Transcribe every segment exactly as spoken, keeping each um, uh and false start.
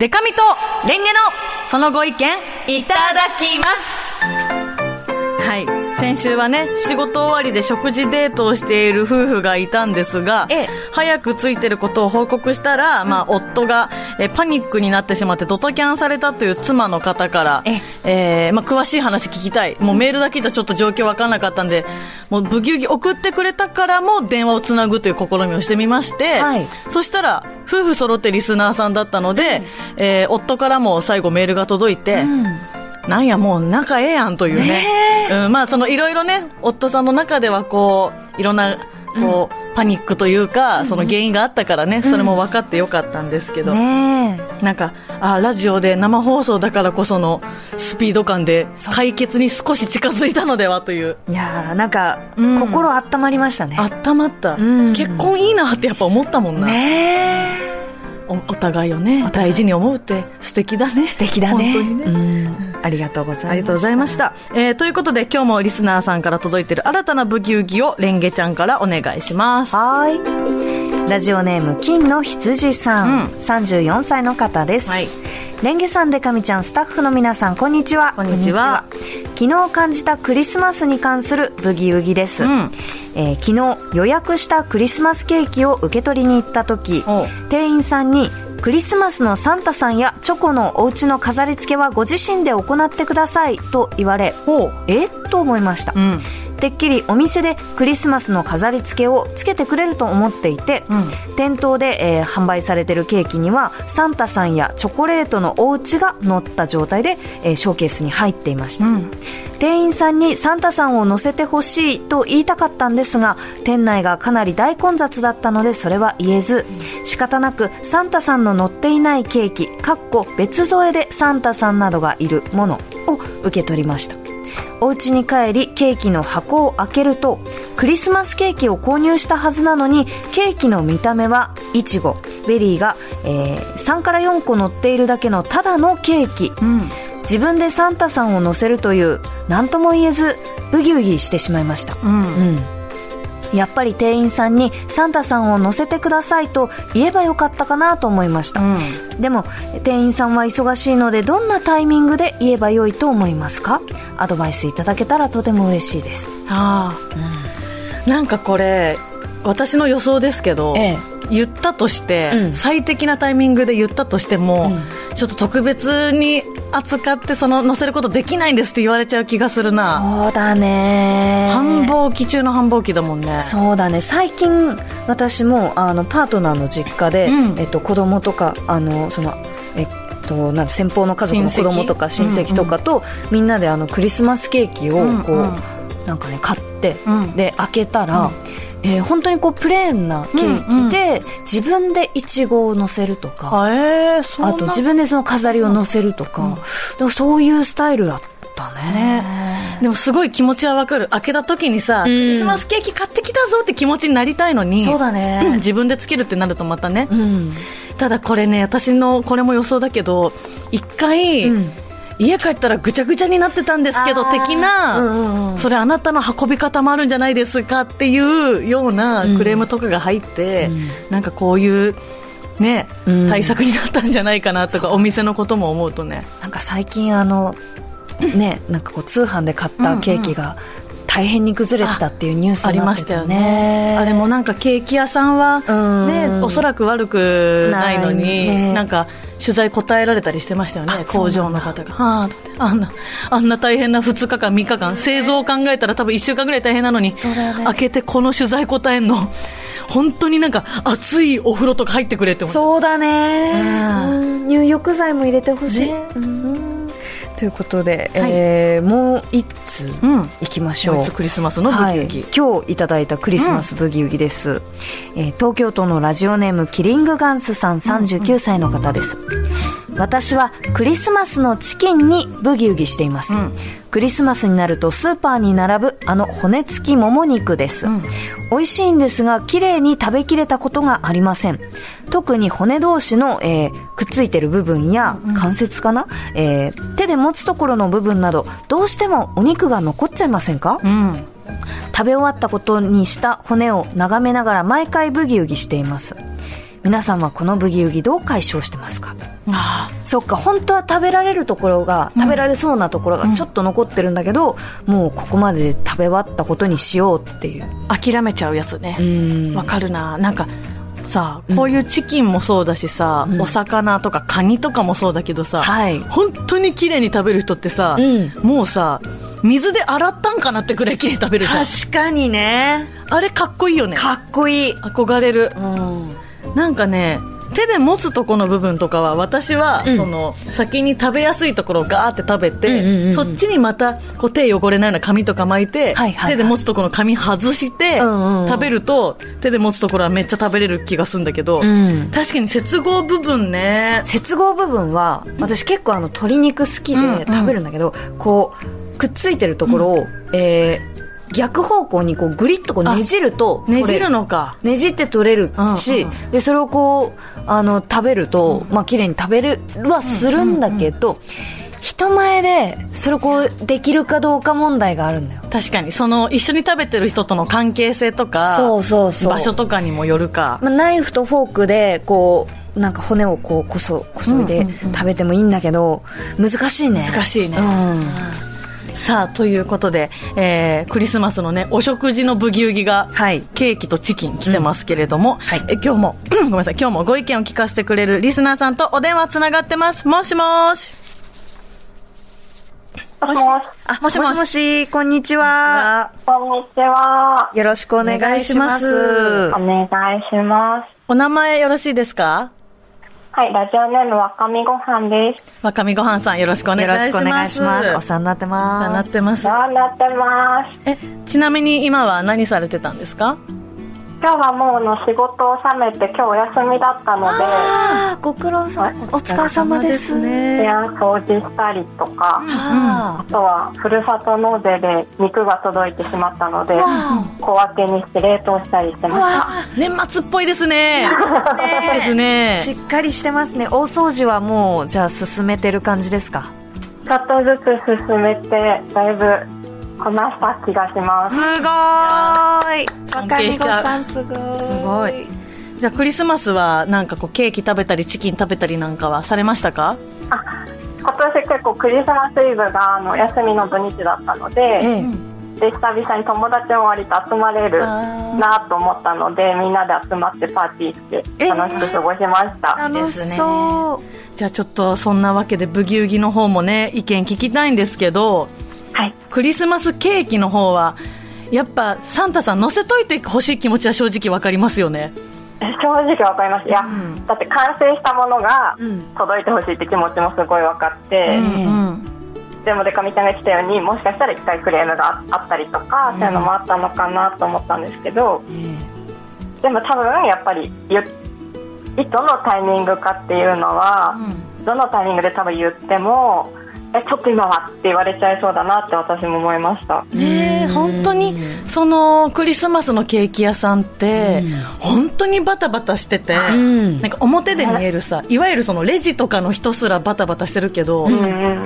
デカミとレンゲのそのご意見いただきます。はい、先週はね、仕事終わりで食事デートをしている夫婦がいたんですが、ええ、早く着いてることを報告したら、うん、まあ、夫がえパニックになってしまってドタキャンされたという妻の方から、ええーまあ、詳しい話聞きたい、もうメールだけじゃちょっと状況分からなかったんで、もうブギウギ送ってくれたからも電話をつなぐという試みをしてみまして、はい、そしたら夫婦揃ってリスナーさんだったので、うん、えー、夫からも最後メールが届いて、うん、なんやもう仲ええやんというね、うん、まあそのいろいろね、夫さんの中ではこういろんなこう、うん、パニックというか、その原因があったからね、うん、それも分かってよかったんですけど、うんね、なんかあラジオで生放送だからこそのスピード感で解決に少し近づいたのではという。 いやーなんか、うん、心温まりましたね。 温まった、うん、結婚いいなってやっぱ思ったもんな、ね、お, お互いをね大事に思うって素敵だね。 素敵だね、 本当にね、うん、 ありがとうございました。 ありがとうございました、えー、ということで今日もリスナーさんから届いている新たなブギウギをレンゲちゃんからお願いします。 はい、ラジオネーム金の羊さん、うん、さんじゅうよんさいの方です、はい、レンゲさん、デカミちゃん、スタッフの皆さん、こんにちは。 こんにちは。 昨日感じたクリスマスに関するブギウギです、うん、えー、昨日予約したクリスマスケーキを受け取りに行った時、店員さんにクリスマスのサンタさんやチョコのお家の飾り付けはご自身で行ってくださいと言われ、えっと思いました、うん、てっきりお店でクリスマスの飾り付けをつけてくれると思っていて、うん、店頭で、えー、販売されているケーキにはサンタさんやチョコレートのお家が載った状態で、えー、ショーケースに入っていました、うん、店員さんにサンタさんを乗せてほしいと言いたかったんですが、店内がかなり大混雑だったのでそれは言えず、仕方なくサンタさんの乗っていないケーキかっこ別添えでサンタさんなどがいるものを受け取りました。お家に帰りケーキの箱を開けると、クリスマスケーキを購入したはずなのにケーキの見た目はいちご、ベリーが、えー、さんからよんこ乗っているだけのただのケーキ、うん、自分でサンタさんを乗せるという何とも言えずブギウギしてしまいました、うんうん、やっぱり店員さんにサンタさんを乗せてくださいと言えばよかったかなと思いました、うん、でも店員さんは忙しいのでどんなタイミングで言えばよいと思いますか？アドバイスいただけたらとても嬉しいです。 あ、うん、なんかこれ私の予想ですけど、ええ、言ったとして、うん、最適なタイミングで言ったとしても、うん、ちょっと特別に扱ってその載せることできないんですって言われちゃう気がするな。 そうだね、 繁忙期中の繁忙期だもんね。 そうだね、最近私もあのパートナーの実家で、うん、えっと、子供とかあのそのえっとなん先方の家族の子供とか親戚とかと、うんうん、みんなであのクリスマスケーキをこう、うんうん、なんかね買って、うん、で開けたら、うん、えー、本当にこうプレーンなケーキで、うんうん、自分でイチゴを乗せるとか、 えー、そんなあと自分でその飾りを乗せるとか、うん、でもそういうスタイルだったね。 ね、でもすごい気持ちはわかる。開けた時にさ、うん、クリスマスケーキ買ってきたぞって気持ちになりたいのに、 そうだね、 うん、自分でつけるってなるとまたね、うん、ただこれね、私のこれも予想だけど一回、うん、家帰ったらぐちゃぐちゃになってたんですけど的な、うんうん、それあなたの運び方もあるんじゃないですかっていうようなクレームとかが入って、うん、なんかこういうね、うん、対策になったんじゃないかなとか、お店のことも思うとね、 なんか最近あのね、なんかこう通販で買ったケーキが大変に崩れてたっていうニュースになってたよね。 あ, ありましたよね。あれもなんかケーキ屋さんは、ね、おそらく悪くないのに、ね、なんか取材答えられたりしてましたよね、工場の方が。はあ、あんなあんな大変なふつかかんみっかかん製造を考えたら多分いっしゅうかんぐらい大変なのに、そうだよね、開けてこの取材答えんの本当になんか熱いお風呂とか入ってくれって思って。 そうだね、うん、入浴剤も入れてほしい、ね、うん、ということで、はい、えー、もう一ついきましょう、 うん、クリスマスのブギウギ、 はい、今日いただいたクリスマスブギウギです、うん、えー、東京都のラジオネームキリングガンスさん、さんじゅうきゅうさいの方です、うんうん、私はクリスマスのチキンにブギウギしています、うん、クリスマスになるとスーパーに並ぶあの骨付きもも肉です、うん、美味しいんですが綺麗に食べきれたことがありません。特に骨同士の、えー、くっついてる部分や関節かな、うん、えー、手で持つところの部分などどうしてもお肉が残っちゃいませんか、うん、食べ終わったことにした骨を眺めながら毎回ブギウギしています。 皆さんはこのブギウギどう解消してますか？ああ、そっか、本当は食べられるところが、食べられそうなところがちょっと残ってるんだけど、うん、もうここまで食べ終わったことにしようっていう、 諦めちゃうやつね。わかるな。なんかさ、こういうチキンもそうだしさ、うん、お魚とかカニとかもそうだけどさ、はい、本当に綺麗に食べる人ってさ、うん、もうさ、水で洗ったんかなってくらい綺麗に食べるじゃん。 確かにね。 あれかっこいいよね。 かっこいい。 憧れる、うん、なんかね、手で持つとこの部分とかは私は、うん、その先に食べやすいところをガーって食べて、うんうんうんうん、そっちにまたこう手汚れないような紙とか巻いて、はいはいはい、手で持つところの紙外して、うんうん、食べると手で持つところはめっちゃ食べれる気がするんだけど、うん、確かに接合部分ね。 接合部分は私結構あの鶏肉好きで食べるんだけど、うんうん、こうくっついてるところを、うん、えー逆方向にこうグリッとこうねじるとねじるのかねじって取れるし、うんうん、でそれをこうあの食べると、うん、まあ綺麗に食べれはするんだけど、うんうんうん、人前でそれをこうできるかどうか問題があるんだよ。 確かにその一緒に食べてる人との関係性とか、 そうそうそう、 場所とかにもよるか、 まあ、ナイフとフォークでこうなんか骨をこうこそこそいで食べてもいいんだけど、難しいね。 難しいね、うん。さあということで、えー、クリスマスのねお食事のブギウギが、はい、ケーキとチキン来てますけれども、うん、はい、え今日もごめんなさい、今日もご意見を聞かせてくれるリスナーさんとお電話つながってます。もしもしもしもし、 あ、もしもし、もしこんにちは。 こんにちは。 よろしくお願いします。 お願いします。 お名前よろしいですか？ はい、ラジオネームわかみごはんです。 わかみごはんさん、よろしくお願いします。 よろしくお願いします。お世話になってます。 お世話になってます。 お世話になってます。 え、ちなみに今は何されてたんですか？ 今日はもうの仕事を収めて今日お休みだったので、 あ、ご苦労様、お疲れ様ですね。 部屋掃除したりとか、うん、あとはふるさと納税で肉が届いてしまったので小分けにして冷凍したりしてました。 年末っぽいですね。ですね。 しっかりしてますね。大掃除はもうじゃあ進めてる感じですか？ ちょっとずつ進めてだいぶこなした気がします。 すごーい。わかみごさんすごい。 すごい。じゃあクリスマスはなんかこうケーキ食べたりチキン食べたりなんかはされましたか？ あ、今年結構クリスマスイブがあの休みの土日だったので、ええ、で久々に友達も割と集まれるなと思ったのでみんなで集まってパーティーして楽しく過ごしました。 えー、楽しそう。 じゃあちょっとそんなわけでブギウギの方もね意見聞きたいんですけど、はい、クリスマスケーキの方はやっぱサンタさん乗せといてほしい気持ちは正直わかりますよね。 正直わかります。いや、うん、だって完成したものが届いてほしいって気持ちもすごい分かって、うんうん、でもデカミちゃんが言ったようにもしかしたら一回クレームがあったりとか、うん、そういうのもあったのかなと思ったんですけど、うん、でも多分やっぱりいつのタイミングかっていうのは、うん、どのタイミングで多分言ってもえちょっと今はって言われちゃいそうだなって私も思いました。 ねえ、本当にそのクリスマスのケーキ屋さんって本当にバタバタしてて、うん、なんか表で見えるさ、いわゆるそのレジとかの人すらバタバタしてるけど、うん、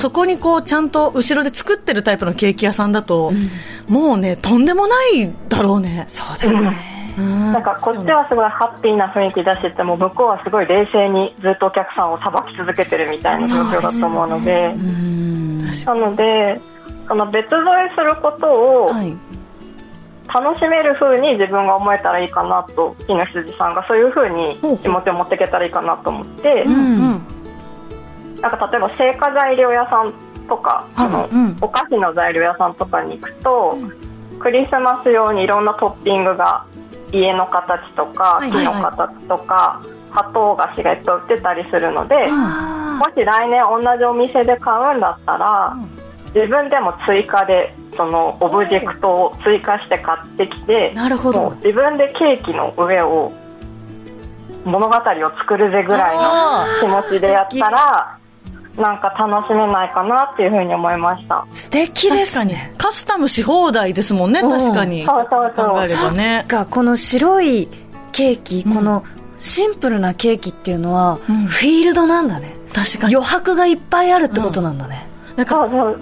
そこにこうちゃんと後ろで作ってるタイプのケーキ屋さんだと、うん、もうねとんでもないだろうね。 そうだよね。 うん、なんかこっちはすごいハッピーな雰囲気出してても向こうはすごい冷静にずっとお客さんをさばき続けてるみたいな状況だと思うので、なのでその別添えすることを楽しめる風に自分が思えたらいいかなと、木の羊さんがそういう風に気持ちを持っていけたらいいかなと思って、うんうん、なんか例えば製菓材料屋さんとか、あの、うん、お菓子の材料屋さんとかに行くと、うん、クリスマス用にいろんなトッピングが家の形とか木の形とか葉唐菓子がいっぱい売ってたりするので、もし来年同じお店で買うんだったら、うん、自分でも追加でそのオブジェクトを追加して買ってきて、 なるほど、 もう自分でケーキの上を物語を作るぜぐらいの気持ちでやったらなんか楽しめないかなっていう風に思いました。 素敵ですね。 カスタムし放題ですもんね。確かにそうそうそう、 考えればね。 そっか、この白いケーキ、うん、このシンプルなケーキっていうのは、うん、フィールドなんだね。 確かに余白がいっぱいあるってことなんだね、 うん、なんかそうそう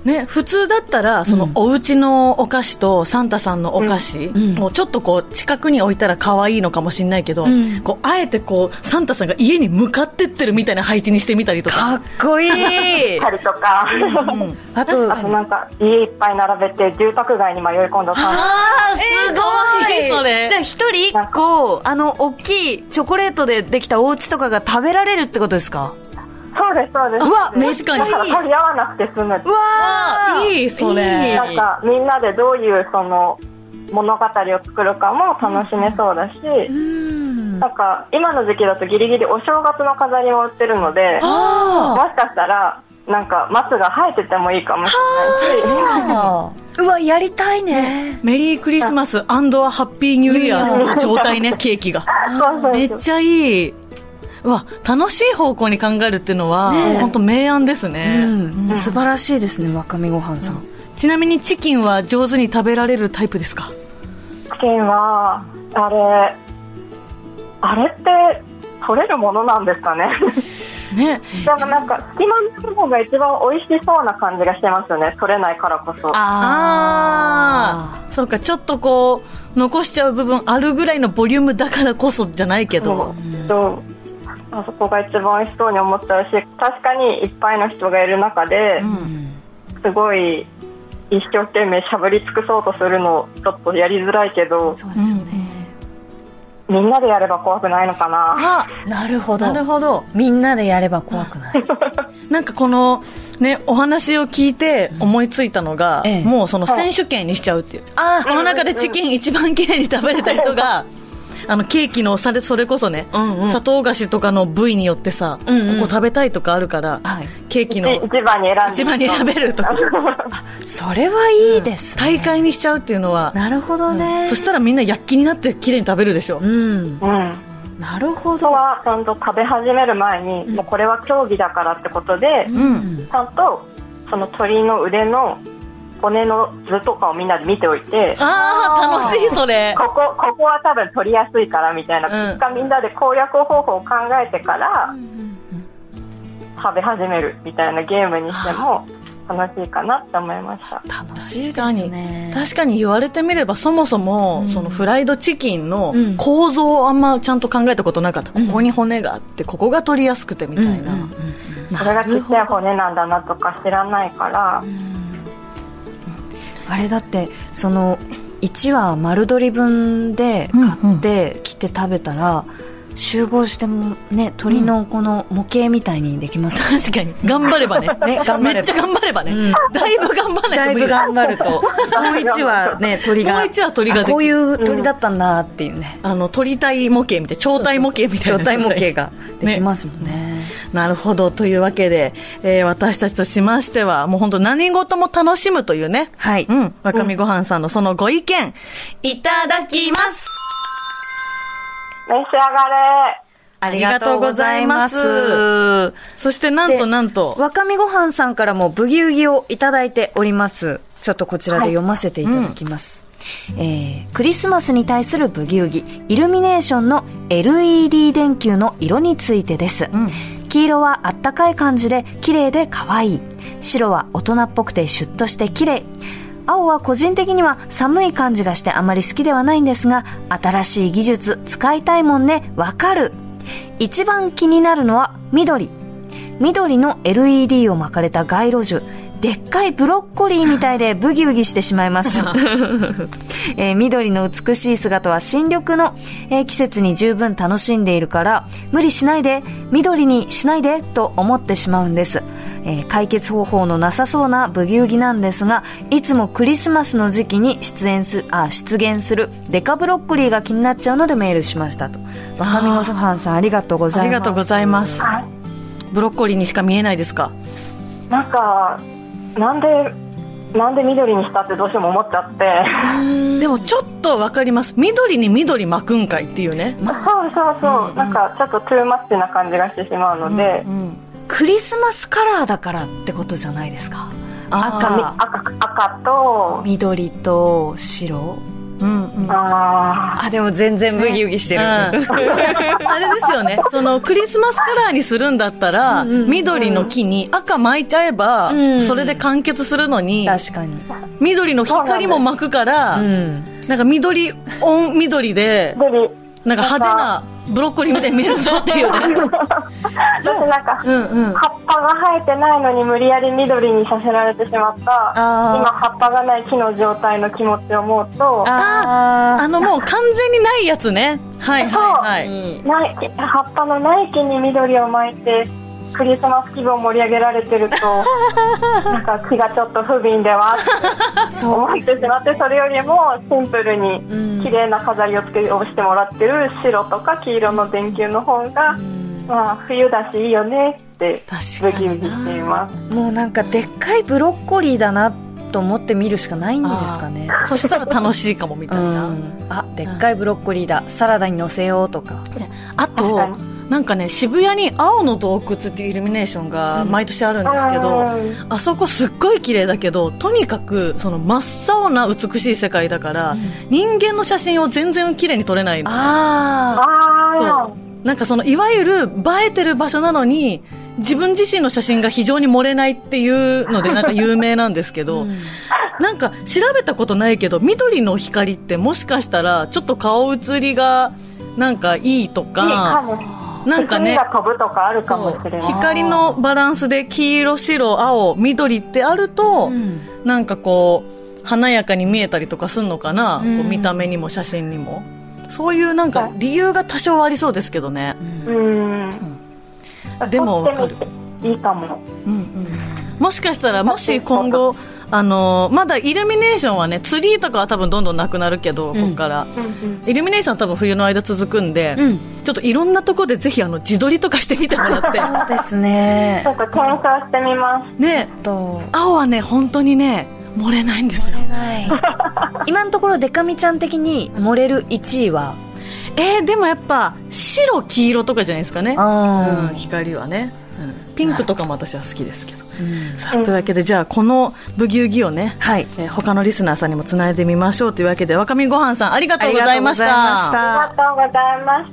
ね、普通だったらそのお家のお菓子とサンタさんのお菓子をちょっとこう近くに置いたら可愛いのかもしれないけど、うん、こうあえてこうサンタさんが家に向かってってるみたいな配置にしてみたりとか、 かっこいいたりとか、うん、あとあとなんか家いっぱい並べて住宅街に迷い込んだサンタ。 あーすごい、 えー、それじゃあ一人一個あの大きいチョコレートでできたお家とかが食べられるってことですか？ そうですそうです。 うわめっちゃいい。 だから取り合わなくて済む。うわーいいそれ。 なんかみんなでどういうその物語を作るかも楽しめそうだし、うん、なんか今の時期だとギリギリお正月の飾りも売ってるので、もしかしたらなんか松が生えててもいいかもしれないし。 うわやりたいね。 メリークリスマス&ハッピーニューイヤーの状態ねケーキがめっちゃいい。うわ楽しい方向に考えるっていうのは、ね、本当明暗ですね、 うんうん、素晴らしいですねわかめごはんさん、うん、 ちなみにチキンは上手に食べられるタイプですか？ チキンはあれあれって取れるものなんですかねね、 でもなんか隙間の方が一番美味しそうな感じがしてますよね、取れないからこそ。 ああそうか、ちょっとこう残しちゃう部分あるぐらいのボリュームだからこそじゃないけど、 うんそうあそこが一番美味しそうに思っちゃうし、確かにいっぱいの人がいる中で、うん、すごい一生懸命しゃぶり尽くそうとするのちょっとやりづらいけど、 そうですよね、 うん、みんなでやれば怖くないのかな。 あ、なるほどなるほど、みんなでやれば怖くないなんかこのねお話を聞いて思いついたのが、うん、もうその選手権にしちゃうっていう、はい、この中でチキン一番きれいに食べれた人があのケーキのそれ、それこそね、うんうん、砂糖菓子とかの部位によってさ、うんうん、ここ食べたいとかあるから、はい、ケーキの一番に選んで一番に食べるとかそれはいいですね、 うん、大会にしちゃうっていうのはなるほどね、 うん、そしたらみんな躍起になってきれいに食べるでしょ、うんうん、 なるほど。 人はちゃんと食べ始める前に、うん、もうこれは競技だからってことで、うん、ちゃんとその鶏の腕の骨の図とかをみんなで見ておいて、 あー楽しいそれ、 ここ、ここは多分取りやすいからみたいな、うん、かみんなで攻略方法を考えてから、うん、食べ始めるみたいなゲームにしても楽しいかなって思いました。 楽しいですね。 確かに言われてみればそもそも、うん、そのフライドチキンの構造をあんまちゃんと考えたことなかった、うん、ここに骨があってここが取りやすくてみたいな、うんうんうん、 これがちっちゃい骨なんだなとか知らないから、うんあれだってそのいちわ丸取り分で買ってきて食べたら、うんうん、集合してもね鳥のこの模型みたいにできます、 うん、確かに頑張れば ね, ね頑張ればめっちゃ頑張ればね、うん、だいぶ頑張らないとだいぶ頑張るともういちわね鳥がもういちわ鳥ができる、 こういう鳥だったんだっていうね、 うん、あの鳥体模型みたいな鳥体模型みたいな鳥体模型ができますもんね、ねなるほど。というわけで、えー、私たちとしましてはもう本当何事も楽しむというね、 はい、 うん、わかみごはんさんのそのご意見、うん、いただきます。 召し上がれ。 ありがとうございます。 そしてなんとなんとわかみごはんさんからもブギウギをいただいております。ちょっとこちらで読ませていただきます、はい、えー、クリスマスに対するブギウギ、イルミネーションの エルイーディー 電球の色についてです、うん、黄色はあったかい感じで綺麗で可愛い、白は大人っぽくてシュッとして綺麗、青は個人的には寒い感じがしてあまり好きではないんですが、新しい技術使いたいもんね、わかる。一番気になるのは緑。緑の エルイーディー を巻かれた街路樹、でっかいブロッコリーみたいでブギブギしてしまいます、えー、緑の美しい姿は新緑の、えー、季節に十分楽しんでいるから無理しないで、緑にしないでと思ってしまうんです、えー、解決方法のなさそうなブギウギなんですが、いつもクリスマスの時期に出演すあ出現するデカブロッコリーが気になっちゃうのでメールしましたと。若見ごはんさんありがとうございます。 ありがとうございます。ブロッコリーにしか見えないですか？ なんかなんでなんで緑にしたってどうしても思っちゃって。 でもちょっとわかります。緑に緑巻くんかいっていうね。 そうそうそう、うんうん、なんかちょっとトゥーマッチな感じがしてしまうので、うんうん、 クリスマスカラーだからってことじゃないですか。赤赤赤と緑と白うんうん、 ああでも全然ブギウギしてる、ねうん、 あれですよね、そのクリスマスカラーにするんだったら、うんうん、緑の木に赤巻いちゃえば、うん、それで完結するのに、 確かに緑の光も巻くから、うん、なんか緑オン緑でなんか派手なブロッコリーみたいに見えるぞっていうね私なんか、うんうん、葉っぱが生えてないのに無理やり緑にさせられてしまった今葉っぱがない木の状態の気持ちを思うと、 ああのもう完全にないやつね、はいはいはい、 ない葉っぱのない木に緑を巻いてクリスマス気分を盛り上げられてるとなんか気がちょっと不憫ではって思ってしまって、それよりもシンプルに綺麗な飾りをつけをしてもらってる白とか黄色の電球の方が、うん、まあ、冬だしいいよねってブギウギしています。 もうなんかでっかいブロッコリーだなと思って見るしかないんですかね。 そしたら楽しいかもみたいな、うん、 あでっかいブロッコリーだ、サラダに乗せようとか、 ね、あとなんかね、渋谷に青の洞窟っていうイルミネーションが毎年あるんですけど、うん、あそこすっごい綺麗だけど、とにかくその真っ青な美しい世界だから、うん、人間の写真を全然綺麗に撮れないの。 あそうなんかそのいわゆる映えてる場所なのに自分自身の写真が非常に盛れないっていうのでなんか有名なんですけど、うん、なんか調べたことないけど緑の光ってもしかしたらちょっと顔写りがなんかいいとか、なんかね、 が飛ぶとかあるかもしれない。 光のバランスで黄色、白、青、緑ってあると、うん、なんかこう華やかに見えたりとかするのかな、うん、こう見た目にも写真にも、そういうなんか理由が多少ありそうですけどね。 うん、うん、 でも分かる。 いいかも。 うんうん、もしかしたらもし今後あのまだイルミネーションはね、ツリーとかは多分どんどんなくなるけど、うん、ここから、うんうん、イルミネーションは多分冬の間続くんで、うん、ちょっといろんなところでぜひあの自撮りとかしてみてもらってそうですね、 ちょっと検証してみますね。と青はね本当にね漏れないんですよ。 漏れない今のところデカミちゃん的に漏れるいちいはえー、でもやっぱ白黄色とかじゃないですかね、うん、光はね、うん、ピンクとかも私は好きですけど、うん、さあというわけでじゃあこのブギウギをね、はい、えー、他のリスナーさんにもつないでみましょうというわけで、若見ごはんさんありがとうございました。 ありがとうございました、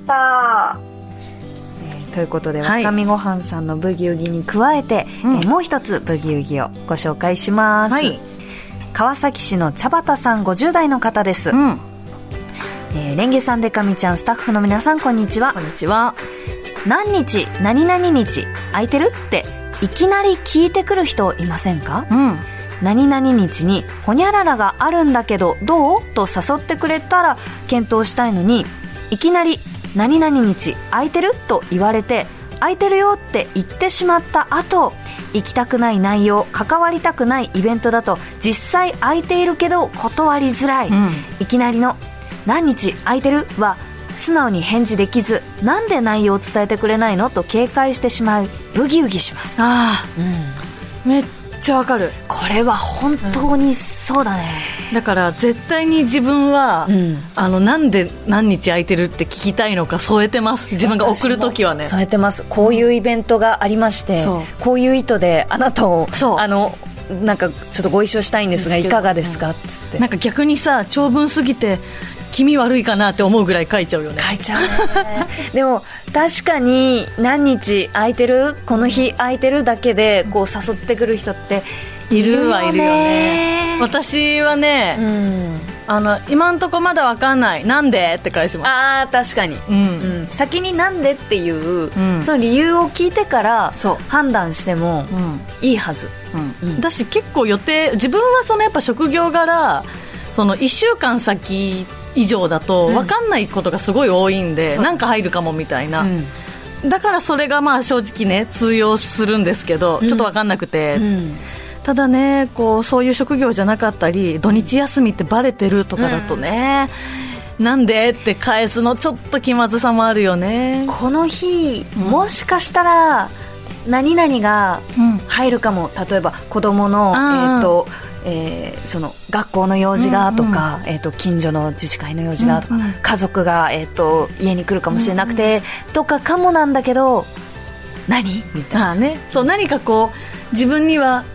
えー、ということで、はい、若見ごはんさんのブギウギに加えて、うん、えー、もう一つブギウギをご紹介します、はい、川崎市の茶畑さんごじゅう代の方です、うん、えー、レンゲさんデカミちゃんスタッフの皆さんこんにちは。 こんにちは。 何日何々日空いてるっていきなり聞いてくる人いませんか、うん、何々日にホニャララがあるんだけどどうと誘ってくれたら検討したいのに、いきなり何々日空いてると言われて空いてるよって言ってしまった後、行きたくない内容、関わりたくないイベントだと実際空いているけど断りづらい、うん、いきなりの何日空いてるは素直に返事できず、なんで内容を伝えてくれないのと警戒してしまう。ブギウギします。 あ、うん、めっちゃわかる。 これは本当にそうだね、 うん、だから絶対に自分は、うん、あのなんで何日空いてるって聞きたいのか添えてます。自分が送るときはね添えてます。こういうイベントがありまして、うん、こういう意図であなたをあのなんかちょっとご一緒したいんですがいかがですかっつって、 なんか逆にさ長文すぎて気味悪いかなって思うぐらい書いちゃうよね。 書いちゃうねでも確かに何日空いてる、この日空いてるだけでこう誘ってくる人っているはいるよね。私はね、うん、あの今んとこまだ分かんない、なんでって返します。 あー確かに、うんうん、先になんでっていう、うん、その理由を聞いてから判断してもいいはず、 うんうん、だし結構予定、自分はそのやっぱ職業柄そのいっしゅうかん先以上だと分かんないことがすごい多いんで、うん、なんか入るかもみたいな、うん、だからそれがまあ正直ね通用するんですけど、うん、ちょっと分かんなくて、うん、ただねこうそういう職業じゃなかったり土日休みってバレてるとかだとね、うん、なんでって返すのちょっと気まずさもあるよね。 この日、うん、もしかしたら何々が入るかも、うん、例えば子供の、えーとえー、その学校の用事がとか、うんうん、えー、と近所の自治会の用事がとか、うんうん、家族が、えー、と家に来るかもしれなくて、うんうん、とかかもなんだけど何みたいな、 あ、ね、そう何かこう自分には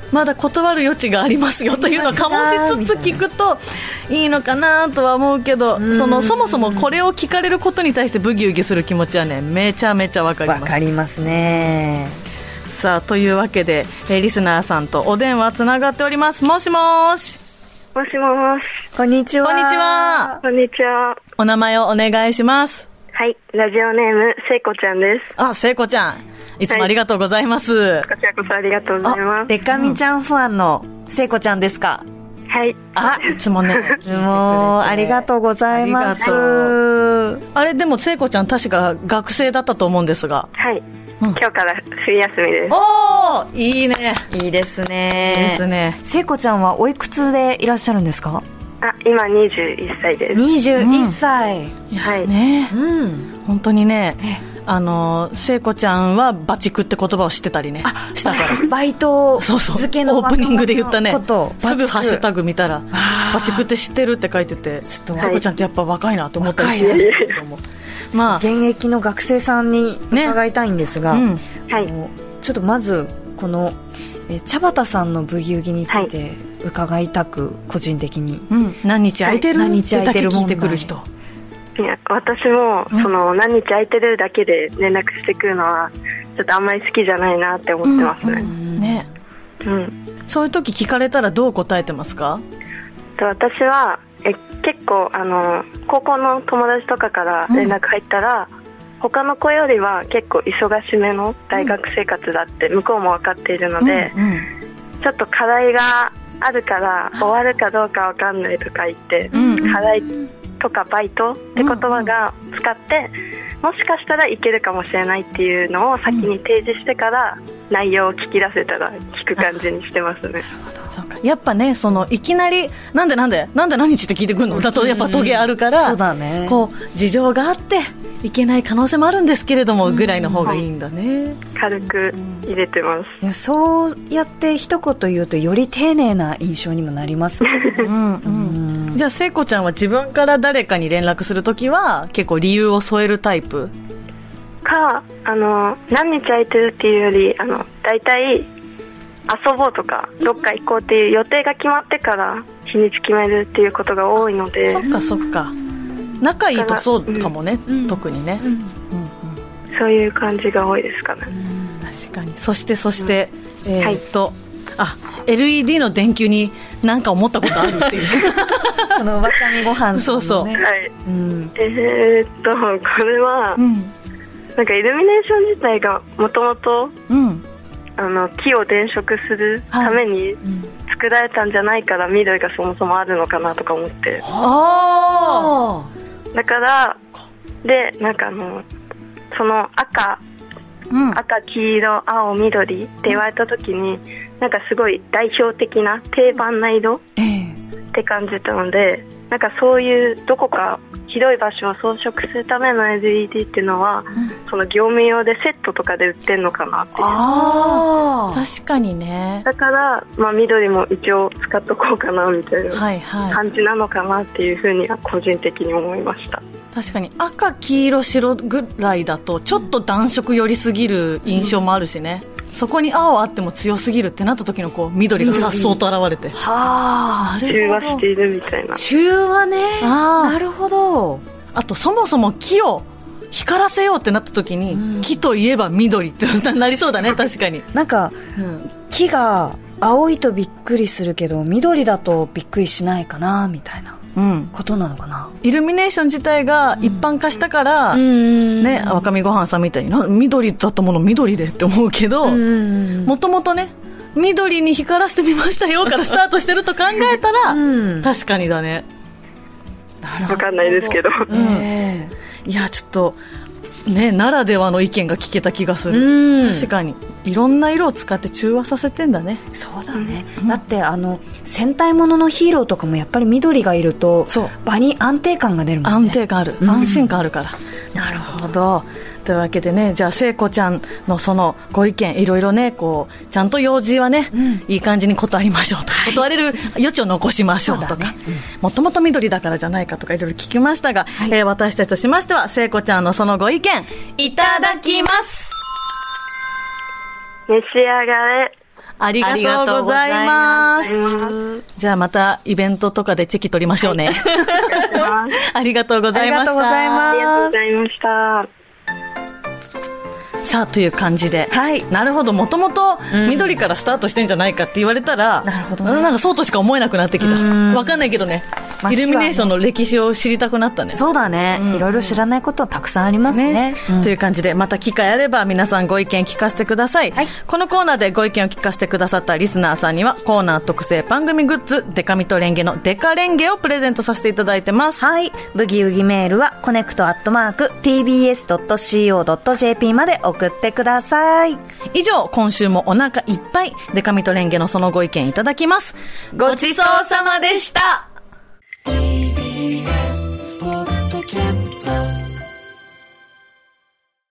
まだ断る余地がありますよというのを醸しつつ聞くといいのかなとは思うけど、そのそもそもこれを聞かれることに対してブギウギする気持ちはね、めちゃめちゃわかります。 わかりますね。 さあというわけで、えー、リスナーさんとお電話つながっております。もしもーし。 もしもーし。 こんにちは。 こんにちは。 こんにちは。 お名前をお願いします。 はい、ラジオネーム聖子ちゃんです。 あ、聖子ちゃん、いつもありがとうございます。はい、 こちらこそありがとうございます。 デカミちゃんファンの聖子ちゃんですか？ はい。 あ、いつもね、 いつもありがとうございます。 あれでも聖子ちゃん確か学生だったと思うんですが。 はい。うん、今日から冬休みです。 おー、いいね。 いいですね。 いいですね。 聖子ちゃんはおいくつでいらっしゃるんですか？ あ、今にじゅういっさいです。 にじゅういっさい、 うん、はい。ね、うん、本当にね、あの聖子ちゃんはバチクって言葉を知ってたりね、したからバイト付けのオープニングで言ったね、 ことすぐハッシュタグ見たらバチクって知ってるって書いてて、ちょっと聖子ちゃんってやっぱ若いなと思ったりしましたけども、 まあ、現役の学生さんに伺いたいんですが、ね、うん、はい、ちょっとまずこのえ茶畑さんのブギウギについて伺いたく、個人的に、 うん、何日空いてる、はい、ってだけ聞いてくる人。 いや、私もその何日空いてるだけで連絡してくるのはちょっとあんまり好きじゃないなって思ってますね。うんうん、ね、うん、 そういう時聞かれたらどう答えてますか？ 私はえ結構あの高校の友達とかから連絡入ったら、うん、他の子よりは結構忙しめの大学生活だって向こうも分かっているので、うんうん、ちょっと課題があるから終わるかどうか分かんないとか言って、うんうん、課題とかバイトって言葉が使って、もしかしたらいけるかもしれないっていうのを先に提示してから内容を聞き出せたら聞く感じにしてますね。 そうか、やっぱね、そのいきなりなんでなんでなんで何日って聞いてくるのだとやっぱトゲあるから、 そうだね、 こう事情があっていけない可能性もあるんですけれどもぐらいの方がいいんだね、うん、 軽く入れてます。 いや、そうやって一言言うとより丁寧な印象にもなります、うんうん、じゃあ聖子ちゃんは自分から誰かに連絡するときは結構理由を添えるタイプか、あの何日空いてるっていうより、あのだいたい遊ぼうとかどっか行こうっていう予定が決まってから日にち決めるっていうことが多いので。 そっかそっか、仲いいとそうかもね、うん、特にね、うんうんうん、 そういう感じが多いですかね。 確かに。そしてそして、うん、えー、っと、はい、あ エルイーディー の電球に何か思ったことあるっていうこのわかみご飯さんの、ね、 そうそう、はい、 うん、えー、っとこれは、うん、なんかイルミネーション自体がもともと木を電飾するために作られたんじゃないから緑がそもそもあるのかなとか思って、あだからでなんかあのその赤、うん、赤黄色青緑って言われた時になんかすごい代表的な定番な色って感じたので、なんかそういうどこか広い場所を装飾するための エルイーディー っていうのは、うん、その業務用でセットとかで売ってるのかなって。 あ確かにね。 だから、まあ、緑も一応使っとこうかなみたいな感じなのかなっていうふうには個人的に思いました。 確かに赤黄色白ぐらいだとちょっと暖色寄りすぎる印象もあるしね、うん、そこに青あっても強すぎるってなった時のこう緑がさっそうと現れて、 はあ、中和しているみたいな。 中和ね。あ、なるほど。 あとそもそも木を光らせようってなった時に、うん、木といえば緑ってなりそうだね確かに。 なんか、うん、木が青いとびっくりするけど緑だとびっくりしないかなみたいなうん、ことなのかな。 イルミネーション自体が一般化したから、うんね、若見ごはんさんみたいにな緑だったもの緑でって思うけど、もともとね緑に光らせてみましたよからスタートしてると考えたら、うん、確かにだね。 分かんないですけど、うんえー、いやちょっとねならではの意見が聞けた気がする、うん、確かにいろんな色を使って中和させてんだね。 そうだね、うん、だってあの戦隊もののヒーローとかもやっぱり緑がいると場に安定感が出るもんね。 安定感ある、うん、安心感あるから。なるほど。というわけでね、じゃあ聖子ちゃんのそのご意見いろいろねこうちゃんと用事はね、うん、いい感じに断りましょうと、はい、断れる余地を残しましょうとか、ねうん、もともと緑だからじゃないかとかいろいろ聞きましたが、はいえー、私たちとしましては聖子ちゃんのそのご意見いただきます。 召し上がれ。 ありがとうございます。じゃあまたイベントとかでチェキ取りましょうね。はい、ありがとうございました。 ありがとうございます。ありがとうございました。 さあという感じで、 はい、 なるほど、もともと緑からスタートしてんじゃないかって言われたら、 うん、なるほど、ね、 なんかそうとしか思えなくなってきた。わかんないけどね、まあ、イルミネーションの歴史を知りたくなったね。 そうだね、うん、いろいろ知らないことたくさんありますね、 ね、うん、という感じで、また機会あれば皆さんご意見聞かせてください、はい、このコーナーでご意見を聞かせてくださったリスナーさんにはコーナー特製番組グッズデカミとレンゲのデカレンゲをプレゼントさせていただいてます。 はい、ブギウギメールはコネクトアットマーク ティービーエスドットシーオードットジェーピー まで送ってください。 以上、今週もお腹いっぱいデカミとレンゲのそのご意見いただきます。 ごちそうさまでした。